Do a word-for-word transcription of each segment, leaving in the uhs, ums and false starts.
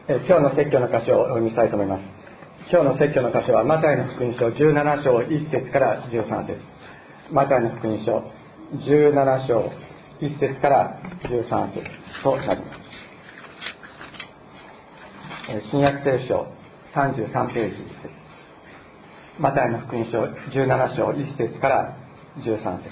え今日の説教の箇所をお読みしたいと思います。今日の説教の箇所はマタイの福音書じゅうなな章いっ節からじゅうさん節。マタイの福音書じゅうなな章いっ節からじゅうさん節となります。新約聖書さんじゅうさんページです。マタイの福音書じゅうなな章いっ節からじゅうさん節。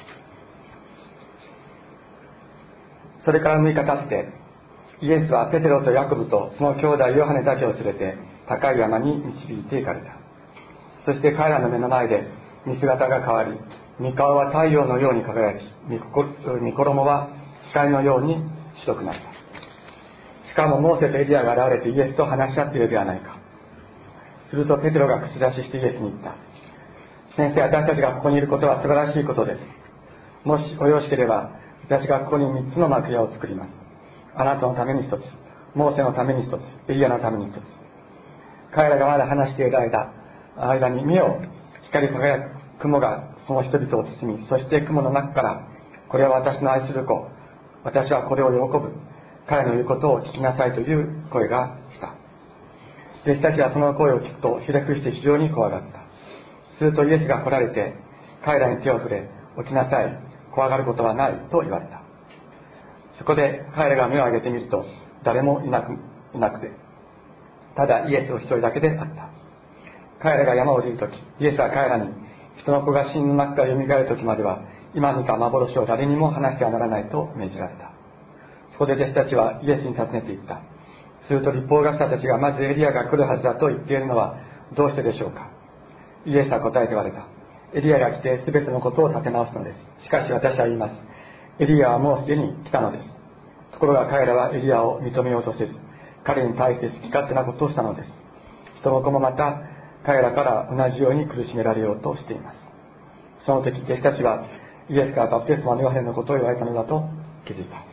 それからむいか経ってイエスはペテロとヤコブとその兄弟ヨハネだけを連れて高い山に導いて行かれた。そして彼らの目の前で見姿が変わり、御顔は太陽のように輝き、御衣は光のように白くなった。しかもモーセとエリアが現れてイエスと話し合っているではないか。するとペテロが口出ししてイエスに言った。先生、私たちがここにいることは素晴らしいことです。もしおよしければ私がここに三つの幕屋を作ります。あなたのために一つ、モーセのために一つ、エリアのために一つ。彼らがまだ話している間間に見よ、光り輝く雲がその人々を包み、そして雲の中からこれは私の愛する子、私はこれを喜ぶ、彼の言うことを聞きなさいという声がした。弟子たちはその声を聞くとひれ伏して非常に怖がった。するとイエスが来られて彼らに手を触れ、起きなさい、怖がることはないと言われた。そこで彼らが目を上げてみると誰もいなく、いなくてただイエスを一人だけであった。彼らが山を降りるとき、イエスは彼らに、人の子が死んだ中から蘇るときまでは今見た幻を誰にも話してはならないと命じられた。そこで弟子たちはイエスに尋ねていった。すると律法学者たちがまずエリアが来るはずだと言っているのはどうしてでしょうか。イエスは答えて言われた。エリアが来て全てのことを立て直すのです。しかし私は言います。エリアはもうすでに来たのです。ところが彼らはエリアを認めようとせず、彼に対して好き勝手なことをしたのです。人の子もまた彼らから同じように苦しめられようとしています。その時弟子たちはイエスからバプテスマのヨハネのことを言われたのだと気づいた。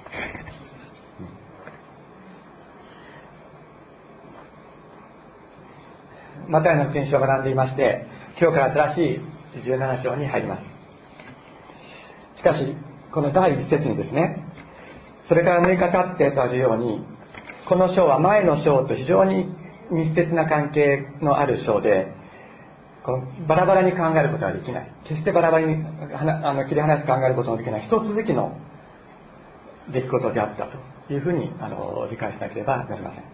マタイの福音書を学んでいまして、今日から新しいじゅうなな章に入ります。しかしこのだいいち節にですね、それからむいか経ってとあるように、この章は前の章と非常に密接な関係のある章で、このバラバラに考えることはできない、決してバラバラにあの切り離して考えることのできない一続きの出来事であったというふうにあの理解しなければなりません。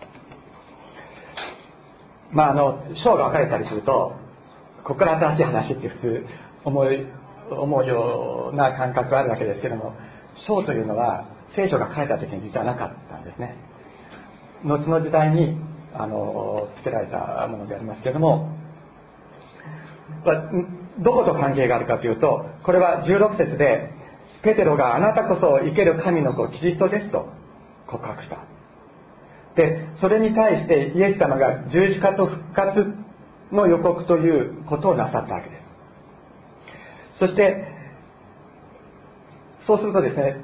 まああの章が分かれたりすると、ここから新しい話って普通思い思うような感覚があるわけですけども、章というのは聖書が書いた時に実はなかったんですね。後の時代にあのつけられたものでありますけれども、どこと関係があるかというと、これはじゅうろく節でペテロがあなたこそ生ける神の子キリストですと告白した。でそれに対してイエス様が十字架と復活の予告ということをなさったわけです。そしてそうするとですね、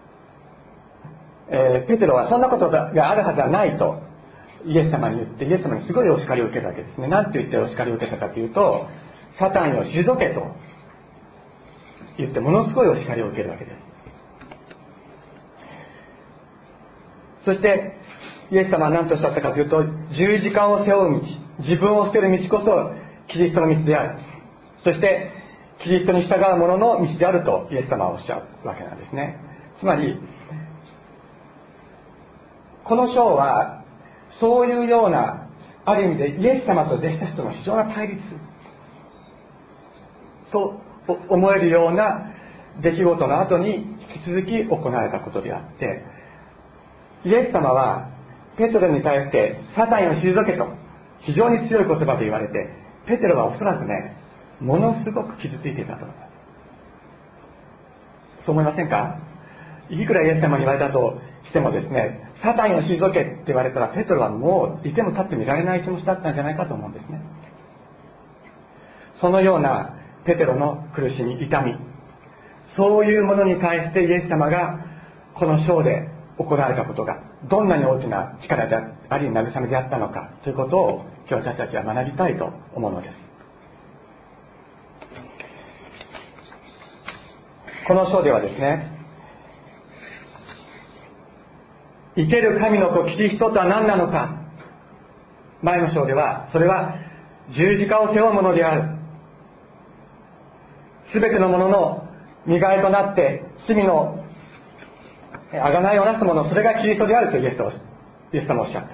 えー、ペテロはそんなことがあるはずはないとイエス様に言って、イエス様にすごいお叱りを受けるわけですね。何て言ってお叱りを受けたかというと、サタンよ退けと言ってものすごいお叱りを受けるわけです。そしてイエス様は何とおっしゃったかというと、十字架を背負う道、自分を捨てる道こそキリストの道である、そしてキリストに従う者の道であるとイエス様はおっしゃるわけなんですね。つまりこの章はそういうような、ある意味でイエス様と弟子たちとの非常な対立と思えるような出来事の後に引き続き行われたことであって、イエス様はペテロに対してサタンを退けと非常に強い言葉で言われて、ペテロはおそらくね、ものすごく傷ついていたと思います。そう思いませんか？いくらイエス様に言われたとしてもですね、サタンを退けって言われたらペテロはもういても立って見られない気持ちだったんじゃないかと思うんですね。そのようなペテロの苦しみ、痛み、そういうものに対してイエス様がこの章で行われたことがどんなに大きな力であり慰めであったのかということを今日私たちは学びたいと思うのです。この章ではですね、 生ける神の子キリストとは何なのか。前の章ではそれは十字架を背負うものである、すべてのものの身代わりとなって罪の贖いをなすもの、それがキリストであるとイエス様イエス様おっしゃった。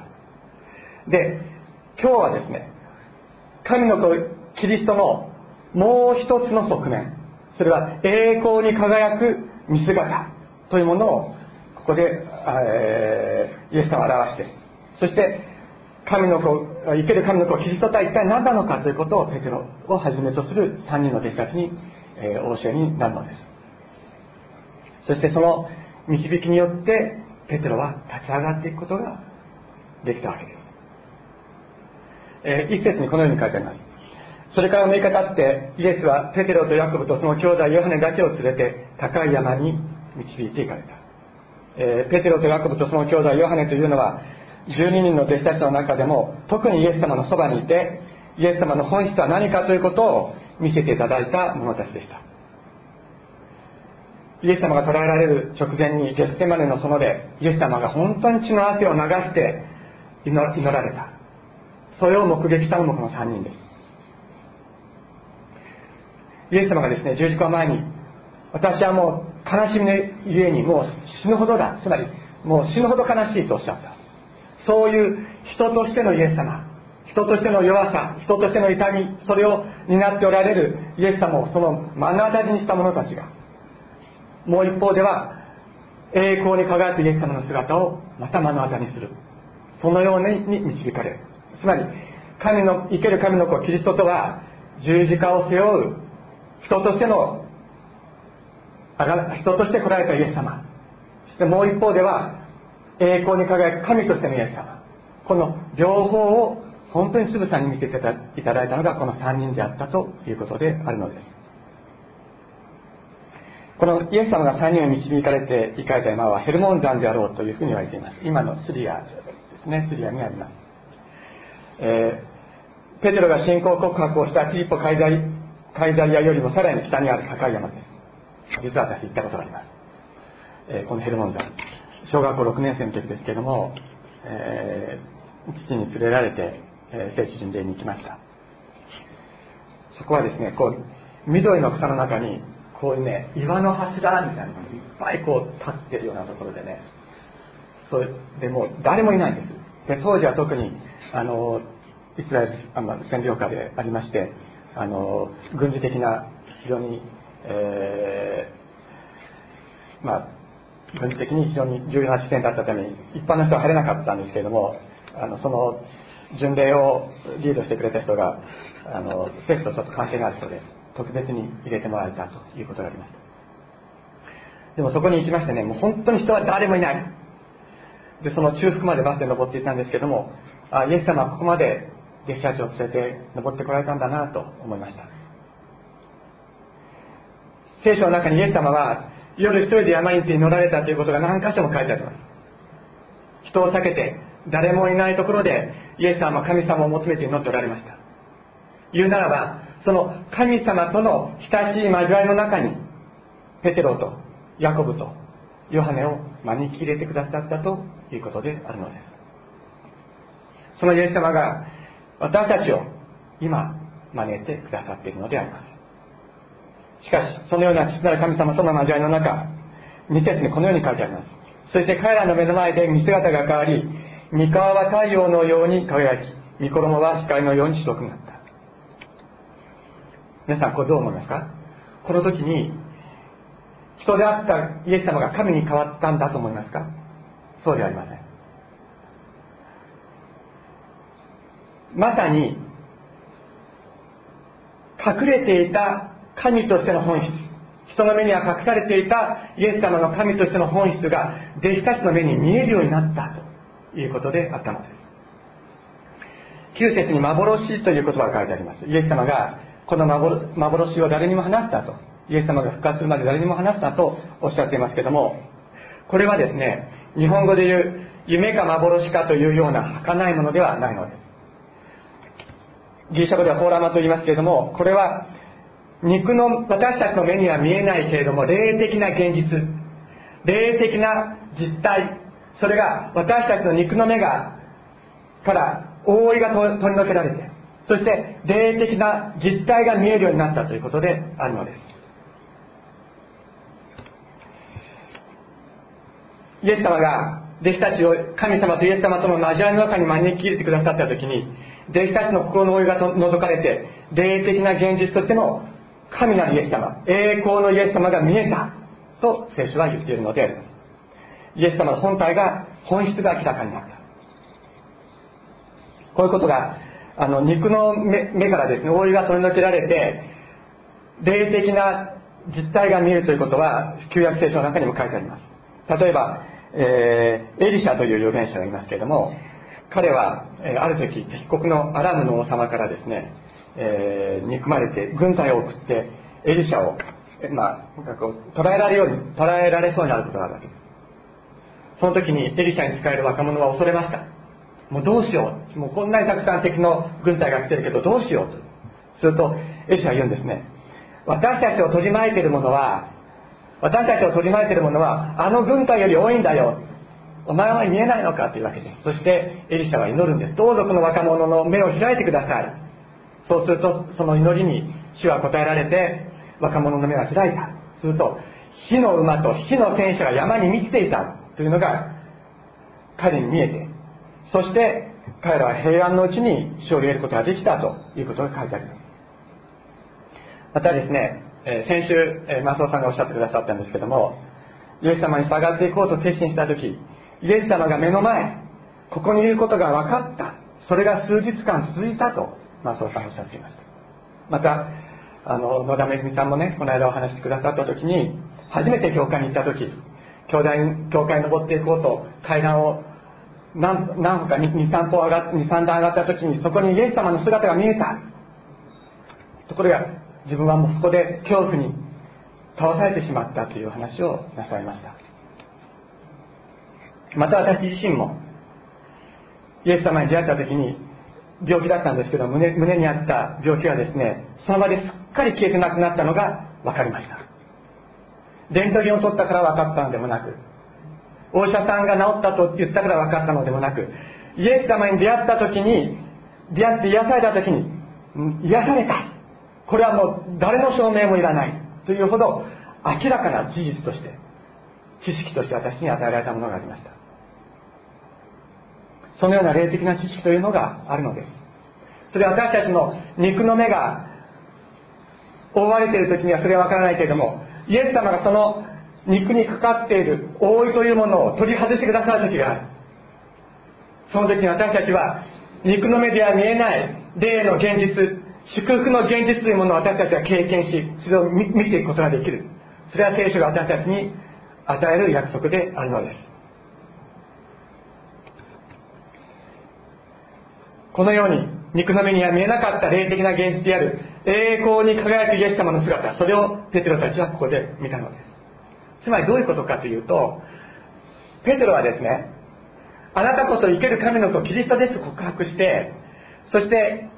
で、今日はですね、神の子キリストのもう一つの側面、それは栄光に輝く見姿というものをここで、えー、イエス様を表して、そして神の子、生ける神の子キリストとは一体何なのかということをペテロをはじめとするさんにんの弟子たちに、えー、お教えになるのです。そしてその導きによってペテロは立ち上がっていくことができたわけです。えー、一節にこのように書いてあります。それからむいか経ってイエスはペテロとヤコブとその兄弟ヨハネだけを連れて高い山に導いていかれた。えー、ペテロとヤコブとその兄弟ヨハネというのはじゅうににんの弟子たちの中でも特にイエス様のそばにいて、イエス様の本質は何かということを見せていただいた者たちでした。イエス様が捕らえられる直前にゲッセマネの園でイエス様が本当に血の汗を流して祈られた、それを目撃したのもこのさんにんです。イエス様がですね、十字架前に、私はもう悲しみのゆえにもう死ぬほどだ、つまりもう死ぬほど悲しいとおっしゃった。そういう人としてのイエス様、人としての弱さ、人としての痛み、それを担っておられるイエス様をその目の当たりにした者たちが、もう一方では栄光に輝くイエス様の姿をまた目の当たりにする、そのように導かれる。つまり神の生ける神の子キリストとは十字架を背負う人としての人として来られたイエス様、そしてもう一方では栄光に輝く神としてのイエス様、この両方を本当につぶさに見せていただいたのがこのさんにんであったということであるのです。このイエス様がさんにんを導かれて行かれた山はヘルモン山であろうというふうに言われています。今のスリアですね、スリアにあります。えー、ペテロが信仰告白をしたフィリッポカイザリカイザリアよりもさらに北にある高い山です。実は私行ったことがあります。えー、このヘルモン山、小学校ろくねん生の時ですけれども、えー、父に連れられて、えー、聖地巡礼に行きました。そこはですね、こう緑の草の中にこういうね、岩の柱みたいなのがいっぱいこう立ってるようなところでね、それでもう誰もいないんです。で、当時は特にあのイスラエルあの占領下でありまして、あの軍事的な非常に、えー、まあ軍事的に非常に重要な地点だったために一般の人は入れなかったんですけれども、あのその巡礼をリードしてくれた人があの政府とちょっと関係がある人で特別に入れてもらえたということがありました。でもそこに行きましてね、もう本当に人は誰もいない。で、その中腹までバスで登っていったんですけども、あ、イエス様はここまで弟子たちを連れて登ってこられたんだなと思いました。聖書の中にイエス様は夜一人で山に行って祈られたということが何箇所も書いてあります。人を避けて誰もいないところでイエス様は神様を求めて祈っておられました。言うならば、その神様との親しい交わりの中にペテロとヤコブとヨハネを招き入れてくださったということであるのです。そのイエス様が私たちを今招いてくださっているのであります。しかしそのような父なる神様との交わりの中、に節にこのように書いてあります。そして彼らの目の前で見姿が変わり、御顔は太陽のように輝き、御衣は光のように白くなった。皆さんこれどう思いますか？この時に人であったイエス様が神に変わったんだと思いますか？そうではありません。まさに隠れていた神としての本質、人の目には隠されていたイエス様の神としての本質が弟子たちの目に見えるようになったということであったのです。きゅう節に幻という言葉が書いてあります。イエス様がこの幻を誰にも話したと、イエス様が復活するまで誰にも話したとおっしゃっていますけれども、これはですね、日本語で言う夢か幻かというような儚いものではないのです。ギリシャ語ではホーラマと言いますけれども、これは肉の私たちの目には見えないけれども霊的な現実、霊的な実態、 それが私たちの肉の目がから覆いが取り除けられて、そして霊的な実態が見えるようになったということであるのです。イエス様が弟子たちを神様とイエス様との交わりの中に招き入れてくださったときに、弟子たちの心の覆いが除かれて、霊的な現実としての神なるイエス様、栄光のイエス様が見えたと聖書は言っているのであります。イエス様の本体が、本質が明らかになった。こういうことがあの肉の 目, 目からですね、覆いが取り除けられて霊的な実態が見えるということは旧約聖書の中にも書いてあります。例えば、えー、エリシャという預言者がいますけれども、彼は、えー、ある時敵国のアラムの王様からですね、えー、憎まれて軍隊を送ってエリシャを、えー、まあ、なんかこう捕らえられるように捕らえられそうになることがあるわけです。その時にエリシャに仕える若者は恐れました。もうどうしよう、もうこんなにたくさん敵の軍隊が来てるけどどうしようとすると、エリシャは言うんですね。私たちを取り巻いているものは私たちを取り巻いているものはあの軍隊より多いんだよ、お前は見えないのかというわけです。そしてエリシャは祈るんです。どうぞこの若者の目を開いてください。そうするとその祈りに主は答えられて、若者の目は開いた。すると火の馬と火の戦車が山に満ちていたというのが彼に見えて、そして彼らは平安のうちに勝利を得ることができたということが書いてあります。またですね、えー、先週、えー、マスオさんがおっしゃってくださったんですけども、イエス様に従っていこうと決心した時、イエス様が目の前、ここにいることが分かった。それが数日間続いたとマスオさんがおっしゃっていました。またあの野田めぐみさんもね、この間お話してくださった時に、初めて教会に行った時、教会教会に登っていこうと階段を何, 何歩か にさん歩上がにさん段上がった時に、そこにイエス様の姿が見えた。ところが自分はもうそこで恐怖に倒されてしまったという話をなさいました。また私自身もイエス様に出会った時に病気だったんですけど、 胸, 胸にあった病気がですね、その場ですっかり消えてなくなったのが分かりました。レントゲンを取ったから分かったのでもなく、お医者さんが治ったと言ったから分かったのでもなく、イエス様に出会った時に、出会って癒された時に、癒された、これはもう誰の証明もいらないというほど明らかな事実として、知識として私に与えられたものがありました。そのような霊的な知識というのがあるのです。それは私たちの肉の目が覆われている時にはそれは分からないけれども、イエス様がその肉にかかっている覆いというものを取り外してくださる時がある。その時に私たちは肉の目では見えない霊の現実、祝福の現実というものを私たちは経験し、それを見ていくことができる。それは聖書が私たちに与える約束であるのです。このように肉の目には見えなかった霊的な現実である栄光に輝くイエス様の姿、それをペテロたちはここで見たのです。つまりどういうことかというと、ペテロはですね、あなたこそ生ける神の子キリストですと告白して、そして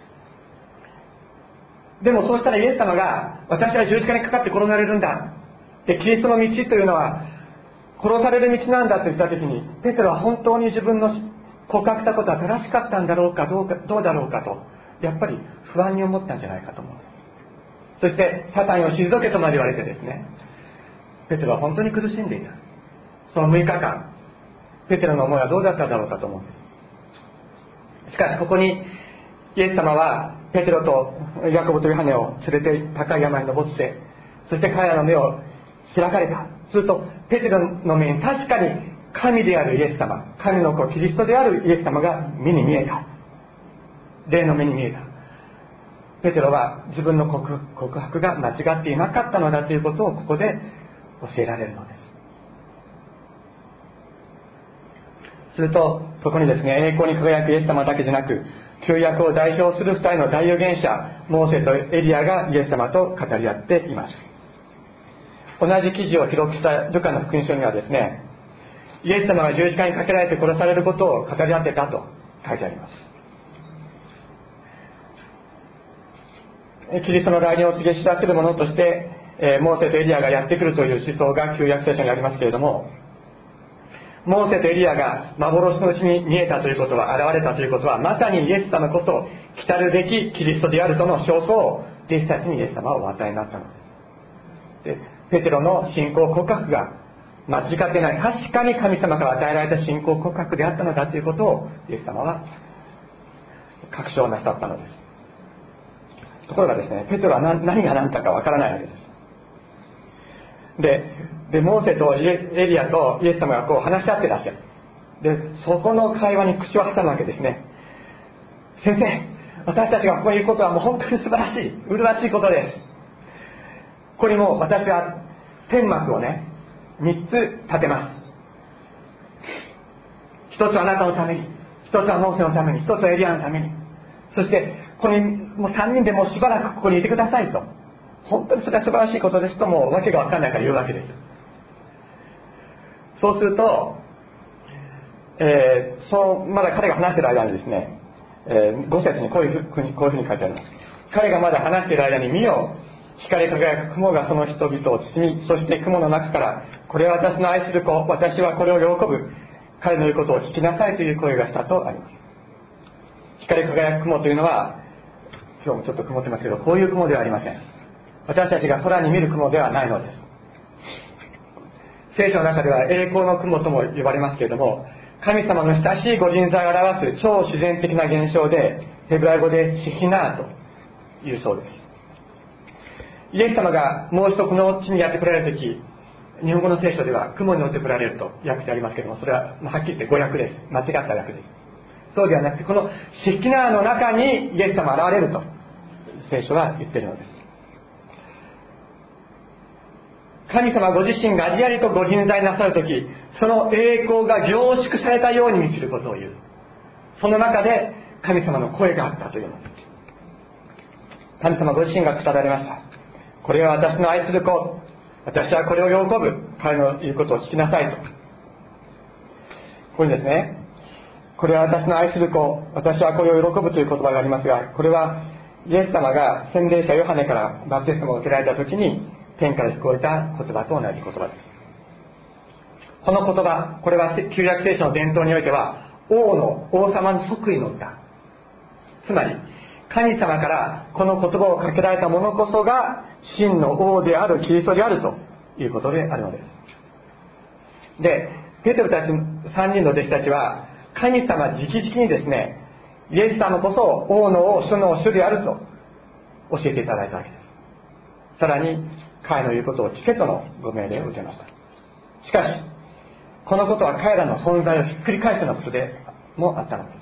でもそうしたらイエス様が、私は十字架にかかって殺されるんだ、でキリストの道というのは殺される道なんだと言った時に、ペテロは本当に自分の告白したことは正しかったんだろうか、どうか、どうだろうかと、やっぱり不安に思ったんじゃないかと思う。そしてサタンを退けとまで言われてですね、ペテロは本当に苦しんでいた。そのむいかかん、ペテロの思いはどうだっただろうかと思うんです。しかしここにイエス様はペテロとヤコブとヨハネを連れて高い山に登って、そして彼らの目を開かれた。するとペテロの目に確かに神であるイエス様、神の子キリストであるイエス様が目に見えた。霊の目に見えた。ペテロは自分の告白が間違っていなかったのだということをここで教えられるのです。するとそこにですね、栄光に輝くイエス様だけでなく、旧約を代表する二人の大預言者モーセとエリアがイエス様と語り合っています。同じ記事を記録したルカの福音書にはですね、イエス様が十字架にかけられて殺されることを語り合ってたと書いてあります。キリストの来臨を告げ知らせるものとして、えー、モーセとエリアがやってくるという思想が旧約聖書にありますけれども、 モーセとエリアが幻のうちに見えたということは、現れたということは、まさにイエス様こそ来たるべきキリストであるとの証拠を弟子たちにイエス様はお与えになったのです。で、ペテロの信仰告白が間違ってない、確かに神様から与えられた信仰告白であったのだということをイエス様は確証なさったのです。ところがですね、ペテロは 何, 何が何だかわからないわけです。で、でモーセとエリアとイエス様がこう話し合ってらっしゃる。で、そこの会話に口を挟むわけですね。先生、私たちがここにいることはもう本当に素晴らしい、麗しいことです。ここにも私は天幕をね、三つ立てます。一つはあなたのために、一つはモーセのために、一つはエリアのために、そしてここにもう三人でもうしばらくここにいてくださいと。本当にそれは素晴らしいことですと、もう訳が分かんないから言うわけです。そうすると、えー、そのまだ彼が話している間にですね、えー、ご節にこういうふうにこういうふうに書いてあります。彼がまだ話している間に、見よ、光り輝く雲がその人々を包み、そして雲の中から、これは私の愛する子、私はこれを喜ぶ、彼の言うことを聞きなさいという声がしたとあります。光り輝く雲というのは、今日もちょっと曇ってますけど、こういう雲ではありません。私たちが空に見る雲ではないのです。聖書の中では栄光の雲とも呼ばれますけれども、神様の親しいご人在を表す超自然的な現象で、ヘブライ語でシヒナーというそうです。イエス様がもう一度この地にやって来られるとき、日本語の聖書では雲に乗って来られると訳してありますけれども、それははっきり言って誤訳です。間違った訳です。そうではなくて、このシヒナーの中にイエス様が現れると聖書は言っているのです。神様ご自身がありありとご人在なさるとき、その栄光が凝縮されたように満ちることを言う。その中で神様の声があったというのです。神様ご自身が語られました。これは私の愛する子、私はこれを喜ぶ、彼の言うことを聞きなさいと。ここにですね、これは私の愛する子、私はこれを喜ぶという言葉がありますが、これはイエス様が洗礼者ヨハネからバプテスマを受けられたときに天から聞こえた言葉と同じ言葉です。この言葉、これは旧約聖書の伝統においては王の王様の即位の歌、つまり神様からこの言葉をかけられた者こそが真の王であるキリストであるということであるのです。で、ペテロたちさんにんの弟子たちは神様直々にですね、イエス様こそ王の王、主の主であると教えていただいたわけです。さらに彼の言うことを聞けとのご命令を受けました。しかしこのことは彼らの存在をひっくり返すようなことでもあったのです。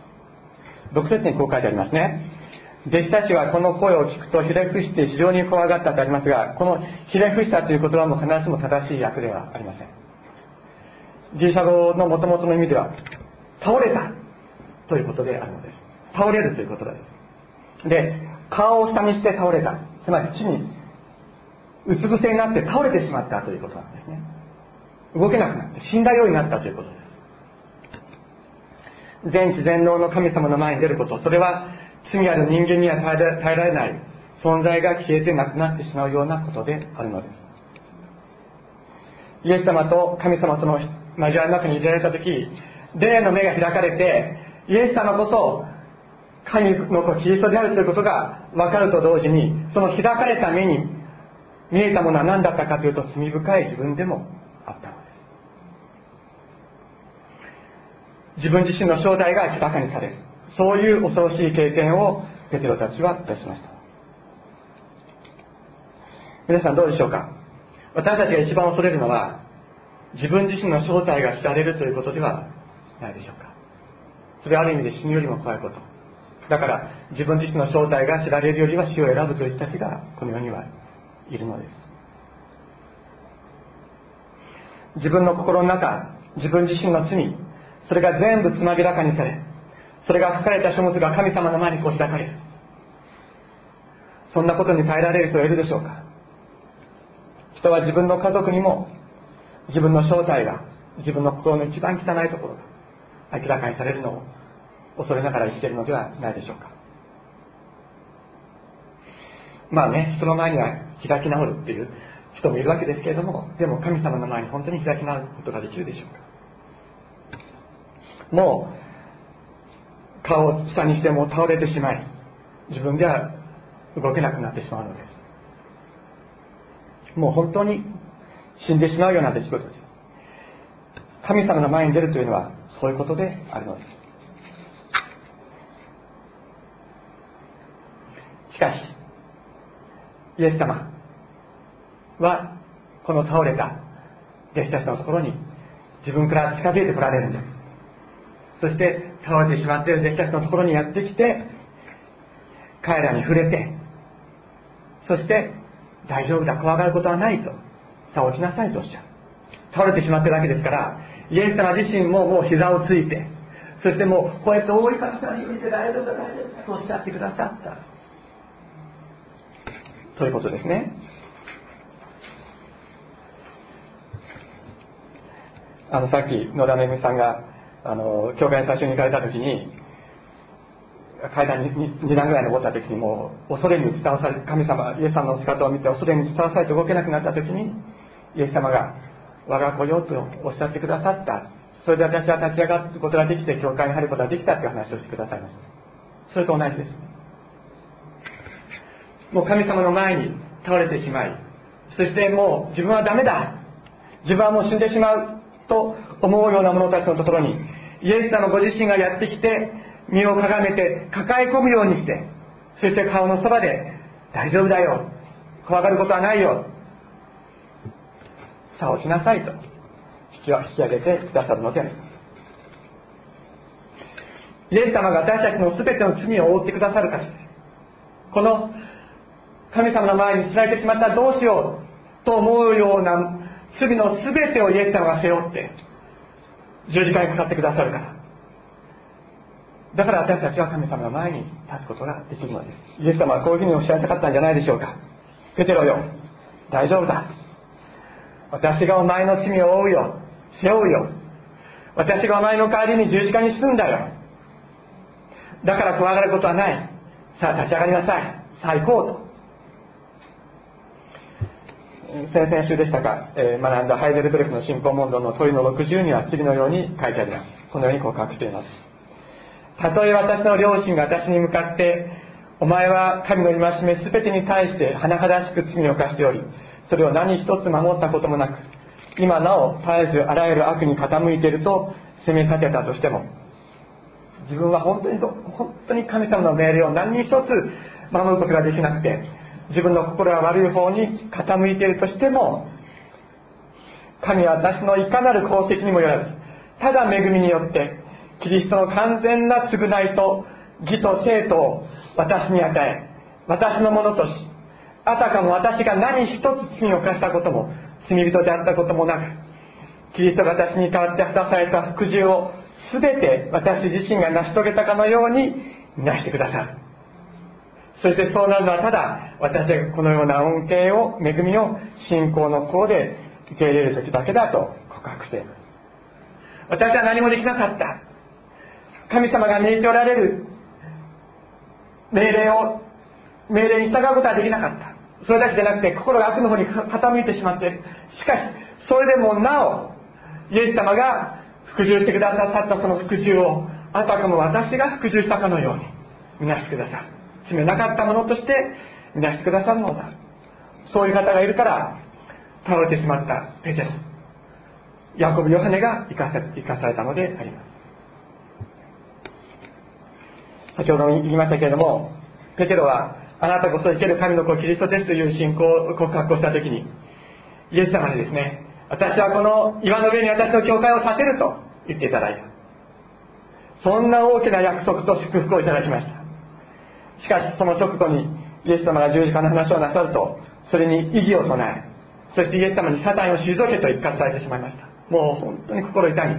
ろく節にこう書いてありますね。弟子たちはこの声を聞くとひれ伏して非常に怖がったとありますが、このひれ伏したという言葉も必ずしも正しい訳ではありません。ギリシャ語の元々の意味では倒れたということであるのです。倒れるということです。で、顔を下にして倒れた、つまり地にうつ伏せになって倒れてしまったということなんですね。動けなくなって死んだようになったということです。全知全能の神様の前に出ること、それは罪ある人間には耐えられない存在が消えてなくなってしまうようなことであるのです。イエス様と神様との交わりの中に入れられたとき、霊の目が開かれて、イエス様こそ神の子キリストであるということが分かると同時に、その開かれた目に見えたものは何だったかというと、罪深い自分でもあったのです。自分自身の正体が明らかにされる、そういう恐ろしい経験をペテロたちはいたしました。皆さんどうでしょうか。私たちが一番恐れるのは自分自身の正体が知られるということではないでしょうか。それはある意味で死ぬよりも怖いこと。だから自分自身の正体が知られるよりは死を選ぶという人たちがこの世にはいるのです。自分の心の中、自分自身の罪、それが全部つまびらかにされ、それが書かれた書物が神様の前にこう開かれる。そんなことに耐えられる人はいるでしょうか。人は自分の家族にも自分の正体が、自分の心の一番汚いところが明らかにされるのを恐れながら生きているのではないでしょうか。まあね、人の前には開き直るっていう人もいるわけですけれども、でも神様の前に本当に開き直ることができるでしょうか。 もう顔を下にしても倒れてしまい、自分では動けなくなってしまうのです。もう本当に死んでしまうような出来事です。神様の前に出るというのはそういうことであるのです。しかしイエス様はこの倒れた弟子たちのところに自分から近づいてこられるんです。そして倒れてしまっている弟子たちのところにやってきて、彼らに触れて、そして大丈夫だ、怖がることはないと、さあ起きなさいとおっしゃる。倒れてしまっているわけですから、イエス様自身ももう膝をついて、そしてもうこうやって覆いかぶさるようにして大丈夫だ大丈夫だとおっしゃってくださったということですね。あのさっき野田めぐみさんがあの教会に最初に行かれた時に、階段にに段ぐらい登った時にもう恐れに打ち倒され、神様イエス様の姿を見て恐れに打ち倒されて動けなくなった時に、イエス様が我が子よとおっしゃってくださった。それで私は立ち上がることができて教会に入ることができたという話をしてくださいました。それと同じです。もう神様の前に倒れてしまい、そしてもう自分はダメだ、自分はもう死んでしまうと思うような者たちのところにイエス様ご自身がやってきて、身をかがめて抱え込むようにして、そして顔のそばで大丈夫だよ、怖がることはないよ、さあ起きなさいと引き上げてくださるのであります。イエス様が私たちの全ての罪を負ってくださるからです。この神様の前に知られてしまったらどうしようと思うような罪の全てをイエス様が背負って十字架にかかってくださるから、だから私たちは神様の前に立つことができるのです。イエス様はこういうふうにおっしゃりたかったんじゃないでしょうか。ペテロよ、大丈夫だ、私がお前の罪を負うよ、背負うよ、私がお前の代わりに十字架に死ぬんだよ、だから怖がることはない、さあ立ち上がりなさい、さあ行こうと。先々週でしたか、えー、学んだハイデルベルクの信仰問答の問いのろくじゅうには次のように書いてあります。このように告白しています。たとえ私の両親が私に向かって、お前は神の戒めすべてに対して甚だしく罪を犯しており、それを何一つ守ったこともなく、今なお絶えずあらゆる悪に傾いていると責め立てたとしても、自分は本当に本当に神様の命令を何一つ守ることができなくて、自分の心が悪い方に傾いているとしても、神は私のいかなる功績にもよらず、ただ恵みによってキリストの完全な償いと義と正当を私に与え、私のものとし、あたかも私が何一つ罪を犯したことも罪人であったこともなく、キリストが私に代わって果たされた服従を全て私自身が成し遂げたかのようになしてくださる。そしてそうなるのはただ私がこのような恩恵を、恵みを信仰の功で受け入れる時だけだと告白しています。私は何もできなかった、神様が命じておられる命令を命令に従うことはできなかった。それだけじゃなくて心が悪の方に傾いてしまっている。しかしそれでもなおイエス様が服従してくださったその服従をあたかも私が服従したかのようにみなしてくださる。罪なかったものとしてみなしてくださるのだ。そういう方がいるから倒れてしまったペテロ、ヤコブ、ヨハネが生かさ、生かされたのであります。先ほど言いましたけれども、ペテロはあなたこそ生ける神の子キリストですという信仰告白をしたときに、イエス様にですね、私はこの岩の上に私の教会を建てると言っていただいた。そんな大きな約束と祝福をいただきました。しかしその直後にイエス様が十字架の話をなさると、それに異議を唱え、そしてイエス様にサタンを退けと一喝されてしまいました。もう本当に心痛み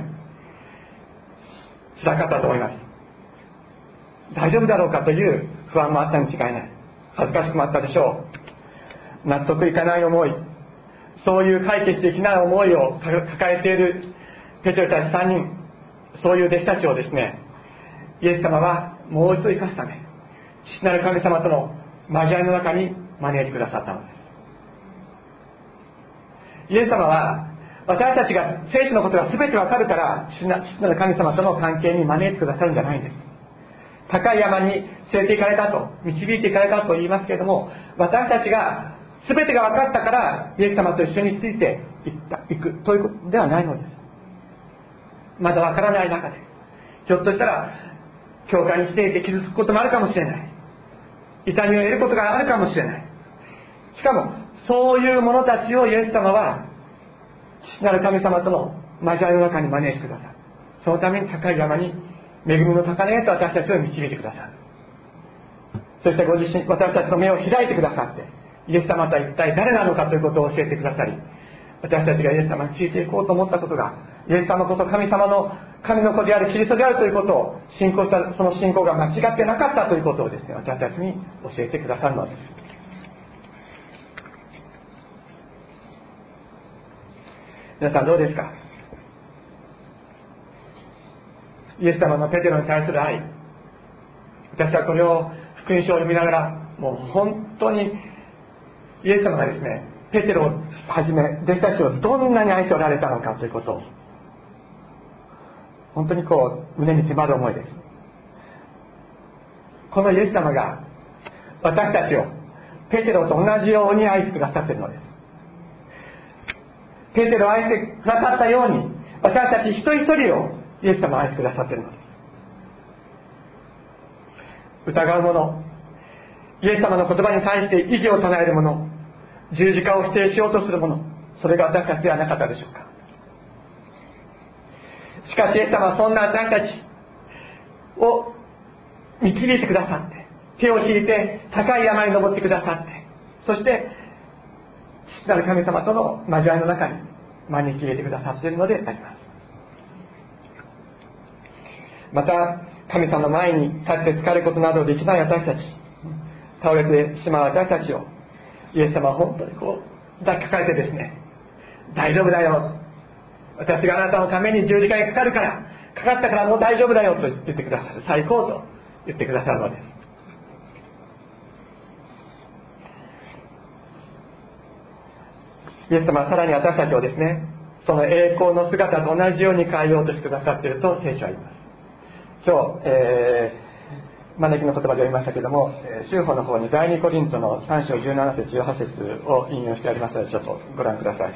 辛かったと思います。大丈夫だろうかという不安もあったに違いない。恥ずかしくもあったでしょう。納得いかない思い、そういう解決できない思いを抱えているペテロたちさんにん、そういう弟子たちをですね、イエス様はもう一度生かすため、父なる神様との交わりの中に招いてくださったのです。イエス様は私たちが聖書のことが全てわかるから父なる神様との関係に招いてくださるんじゃないんです。高い山に連れて行かれたと、導いて行かれたと言いますけれども、私たちが全てが分かったからイエス様と一緒について行った行くということではないのです。まだ分からない中で、ひょっとしたら教会に来ていて傷つくこともあるかもしれない、痛みを得ることがあるかもしれない。しかもそういう者たちをイエス様は父なる神様との交わりの中に招いてくださる。そのために高い山に恵みの高値へと私たちを導いてくださる。そしてご自身、私たちの目を開いてくださって、イエス様とは一体誰なのかということを教えてくださり、私たちがイエス様についていこうと思ったことが、イエス様こそ神様の神の子であるキリストであるということを信仰した、その信仰が間違ってなかったということをですね、私たちに教えてくださるのです。皆さんどうですか？イエス様のペテロに対する愛、私はこれを福音書を読みながら、もう本当にイエス様がですね、ペテロをはじめ弟子たちをどんなに愛しておられたのかということを本当にこう胸に迫る思いです。このイエス様が私たちをペテロと同じように愛してくださっているのです。ペテロを愛してくださったように、私たち一人一人をイエス様を愛してくださっているのです。疑う者、イエス様の言葉に対して異議を唱える者、十字架を否定しようとする者、それが私たちではなかったでしょうか。しかしイエス様はそんな私たちを導いてくださって、手を引いて高い山に登ってくださって、そして父なる神様との交わりの中に招き入れてくださっているのであります。また神様の前に立って疲れることなどできない私たち、倒れてしまう私たちをイエス様は本当にこう抱きかかえてですね、大丈夫だよ、私があなたのために十字架にかかるから、かかったからもう大丈夫だよと言ってくださる、最高と言ってくださるのです。イエス様はさらに私たちをですね、その栄光の姿と同じように変えようとしてくださっていると聖書は言います。今日、えー、招きの言葉で読みましたけれども、修法の方に第二コリントのさん章じゅうなな節じゅうはち節を引用してありますので、ちょっとご覧ください。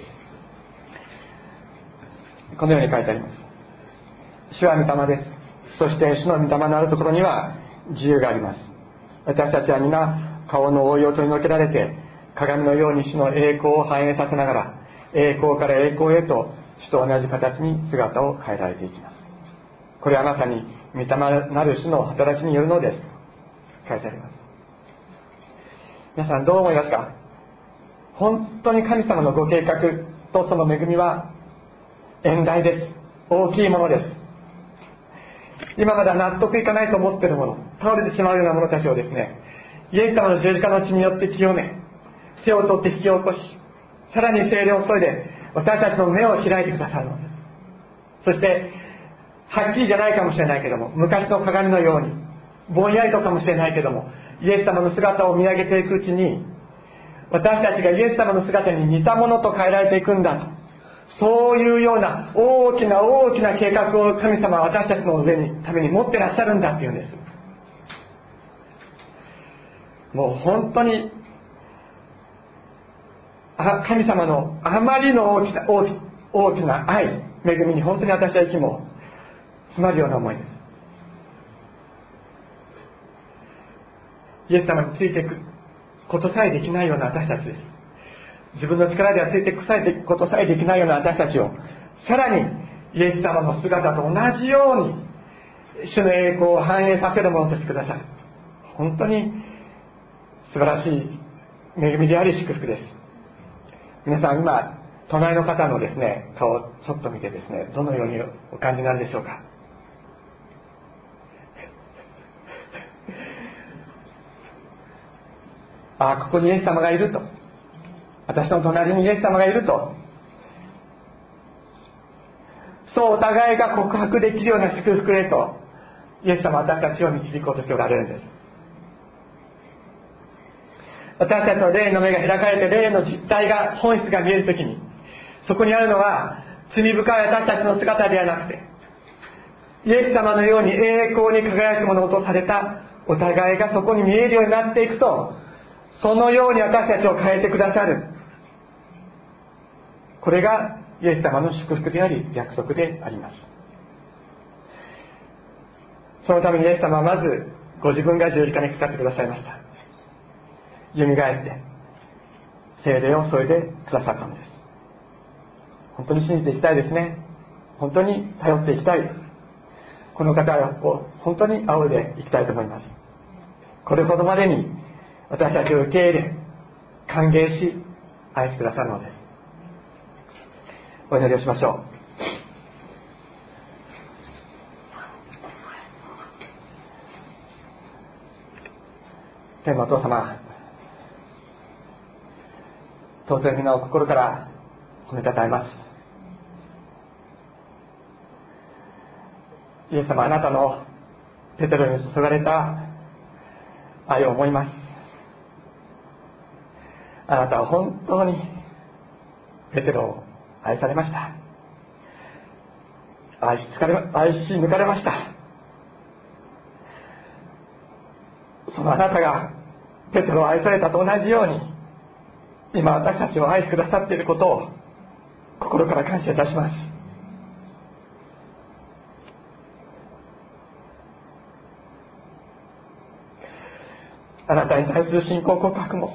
このように書いてあります。主は御霊です。そして主の御霊のあるところには自由があります。私たちは皆顔の覆いを取り除けられて、鏡のように主の栄光を反映させながら、栄光から栄光へと主と同じ形に姿を変えられていきます。これはまさに御霊なる主の働きによるのです。書いてあります。皆さんどう思いますか？本当に神様のご計画とその恵みは遠大です。大きいものです。今まだ納得いかないと思っているもの、倒れてしまうような者たちをですね、イエス様の十字架の血によって清め、手を取って引き起こし、さらに聖霊を注いで私たちの目を開いてくださるのです。そしてはっきりじゃないかもしれないけども、昔の鏡のようにぼんやりとかもしれないけども、イエス様の姿を見上げていくうちに、私たちがイエス様の姿に似たものと変えられていくんだと、そういうような大きな大きな計画を神様は私たちの上にために持ってらっしゃるんだっていうんです。もう本当に神様のあまりの大きな大き大きな愛、恵みに本当に私は息も詰まるような思いです。イエス様についていくことさえできないような私たちです。自分の力ではついていくことさえできないような私たちを、さらにイエス様の姿と同じように主の栄光を反映させるものとしてくださる。本当に素晴らしい恵みであり祝福です。皆さん今隣の方のですね顔をちょっと見てですね、どのようにお感じになるでしょうか。ああ、ここにイエス様がいると、私の隣にイエス様がいると、そうお互いが告白できるような祝福へとイエス様は私たちを導こうとしておられるんです。私たちの霊の目が開かれて、霊の実態が、本質が見えるときに、 そこにあるのは罪深い私たちの姿ではなくて、イエス様のように栄光に輝くものとされたお互いがそこに見えるようになっていくと、そのように私たちを変えてくださる。これがイエス様の祝福であり約束であります。そのためにイエス様はまずご自分が十字架にかかってくださいました。よみがえって聖霊を添えてくださったのです。本当に信じていきたいですね。本当に頼っていきたい。この方を本当に仰いでいきたいと思います。これほどまでに私たちを受け入れ歓迎し愛してくださるのです。お祈りをしましょう。天のお父様、尊い皆を心から褒めたたえます。イエス様、あなたのペテロに注がれた愛を思います。あなたは本当にペテロを愛されました。愛し疲れ、愛し抜かれました。そのあなたがペテロを愛されたと同じように、今私たちを愛してくださっていることを心から感謝いたします。あなたに対する信仰告白も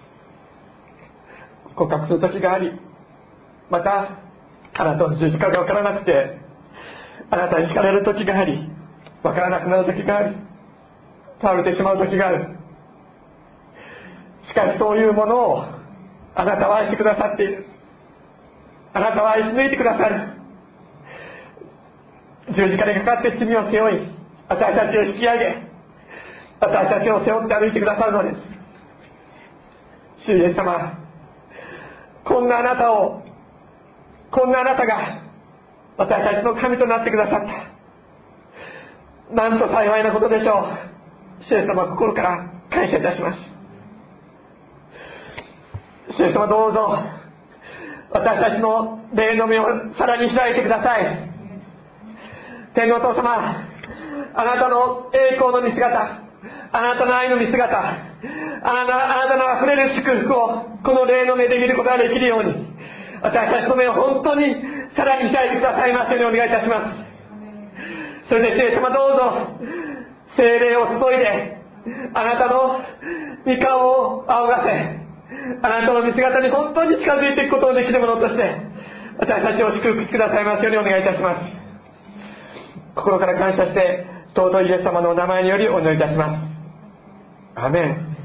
告白する時があり、またあなたの十字架が分からなくてあなたに惹かれる時があり、分からなくなる時があり、倒れてしまう時がある。しかしそういうものをあなたは愛してくださっている。あなたは愛し抜いてくださる。十字架にかかって罪を背負い、私たちを引き上げ、私たちを背負って歩いてくださるのです。主イエス様、こんなあなたを、こんなあなたが私たちの神となってくださった。なんと幸いなことでしょう。主イエス様、心から感謝いたします。主イエス様、どうぞ私たちの霊の目をさらに開いてください。天のお父様、あなたの栄光の見姿、あなたの愛の見姿、あなた、あなたのあふれる祝福をこの霊の目で見ることができるように、私たちの目を本当にさらに開いてくださいますようにお願いいたします。それで主イエス様、どうぞ聖霊を注いであなたの御顔を仰がせ、あなたの見姿に本当に近づいていくことのできるものとして私たちを祝福してくださいますようにお願いいたします。心から感謝して尊いイエス様のお名前によりお祈りいたします。アーメン。